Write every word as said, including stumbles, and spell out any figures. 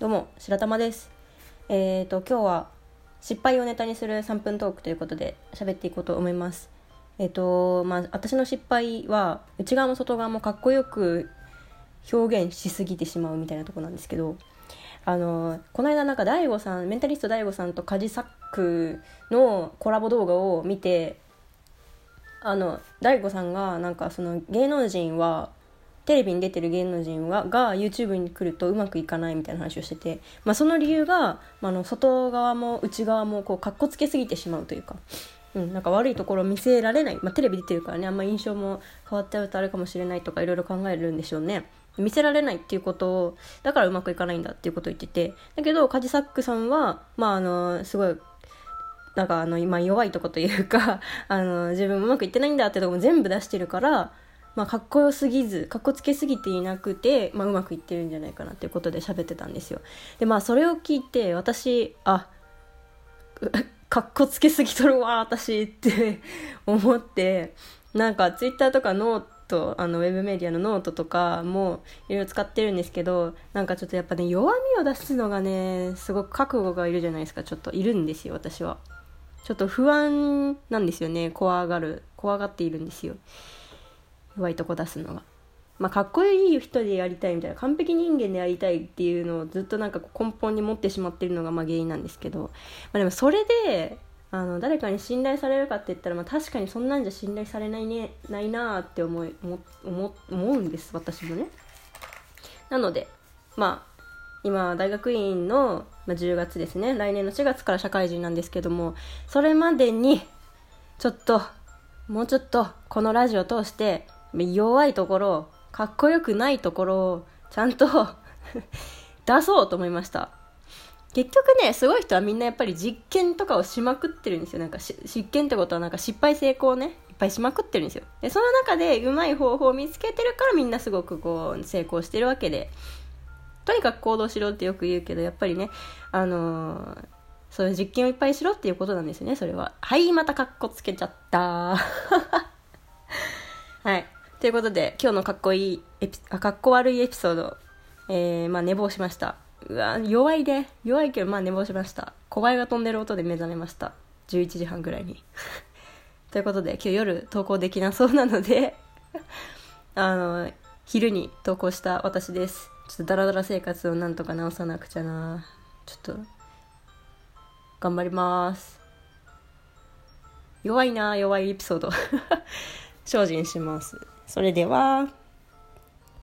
どうも白玉です。えーと今日は失敗をネタにするさんぷんトークということで喋っていこうと思います。えーとまあ私の失敗は内側も外側もかっこよく表現しすぎてしまうみたいなところなんですけど、あのこの間なんか大悟さんメンタリスト大悟さんとカジサックのコラボ動画を見て、あの大悟さんがなんかその芸能人はテレビに出てる芸能人はが YouTube に来るとうまくいかないみたいな話をしてて、まあ、その理由が、まあ、の外側も内側もこうかっこつけすぎてしまうというか、うん、なんか悪いところを見せられない、まあ、テレビ出てるからね、あんま印象も変わっちゃうとあれかもしれないとかいろいろ考えるんでしょうね。見せられないっていうことをだからうまくいかないんだっていうことを言ってて、だけどカジサックさんはまああのすごいなんかあの今弱いとこというかあの自分うまくいってないんだってとこも全部出してるから、まあ、かっこよすぎずかっこつけすぎていなくて、まあ、うまくいってるんじゃないかなっていうことで喋ってたんですよ。でまあそれを聞いて私あかっこつけすぎとるわ私って思って、なんかツイッターとかノートあのウェブメディアのノートとかもいろいろ使ってるんですけど、なんかちょっとやっぱね弱みを出すのがねすごく覚悟がいるじゃないですか。ちょっといるんですよ。私はちょっと不安なんですよね。怖がる怖がっているんですよ、弱いとこ出すのが。まあ、かっこいい人でやりたいみたいな、完璧人間でやりたいっていうのをずっとなんか根本に持ってしまっているのがまあ原因なんですけど、まあ、でもそれであの誰かに信頼されるかって言ったら、まあ、確かにそんなんじゃ信頼されないねないなって思い思思思うんです私もね。なのでまあ今大学院のじゅうがつですね、来年のしがつから社会人なんですけども、それまでにちょっともうちょっとこのラジオを通して弱いところかっこよくないところをちゃんと出そうと思いました。結局ねすごい人はみんなやっぱり実験とかをしまくってるんですよ。なんか実験ってことはなんか失敗成功ねいっぱいしまくってるんですよ。でその中でうまい方法を見つけてるからみんなすごくこう成功してるわけで、とにかく行動しろってよく言うけど、やっぱりねあのー、そういう実験をいっぱいしろっていうことなんですよね。それははいまたカッコつけちゃったはいということで今日のかっこいいエピあかっこ悪いエピソード、えー、まあ寝坊しました。うわ弱いで弱いけどまあ寝坊しました。小バエが飛んでる音で目覚めました。じゅういちじはんぐらいにということで今日夜投稿できなそうなのであの昼に投稿した私です。ちょっとダラダラ生活をなんとか直さなくちゃな。ちょっと頑張ります。弱いな弱いエピソード精進します。それでは。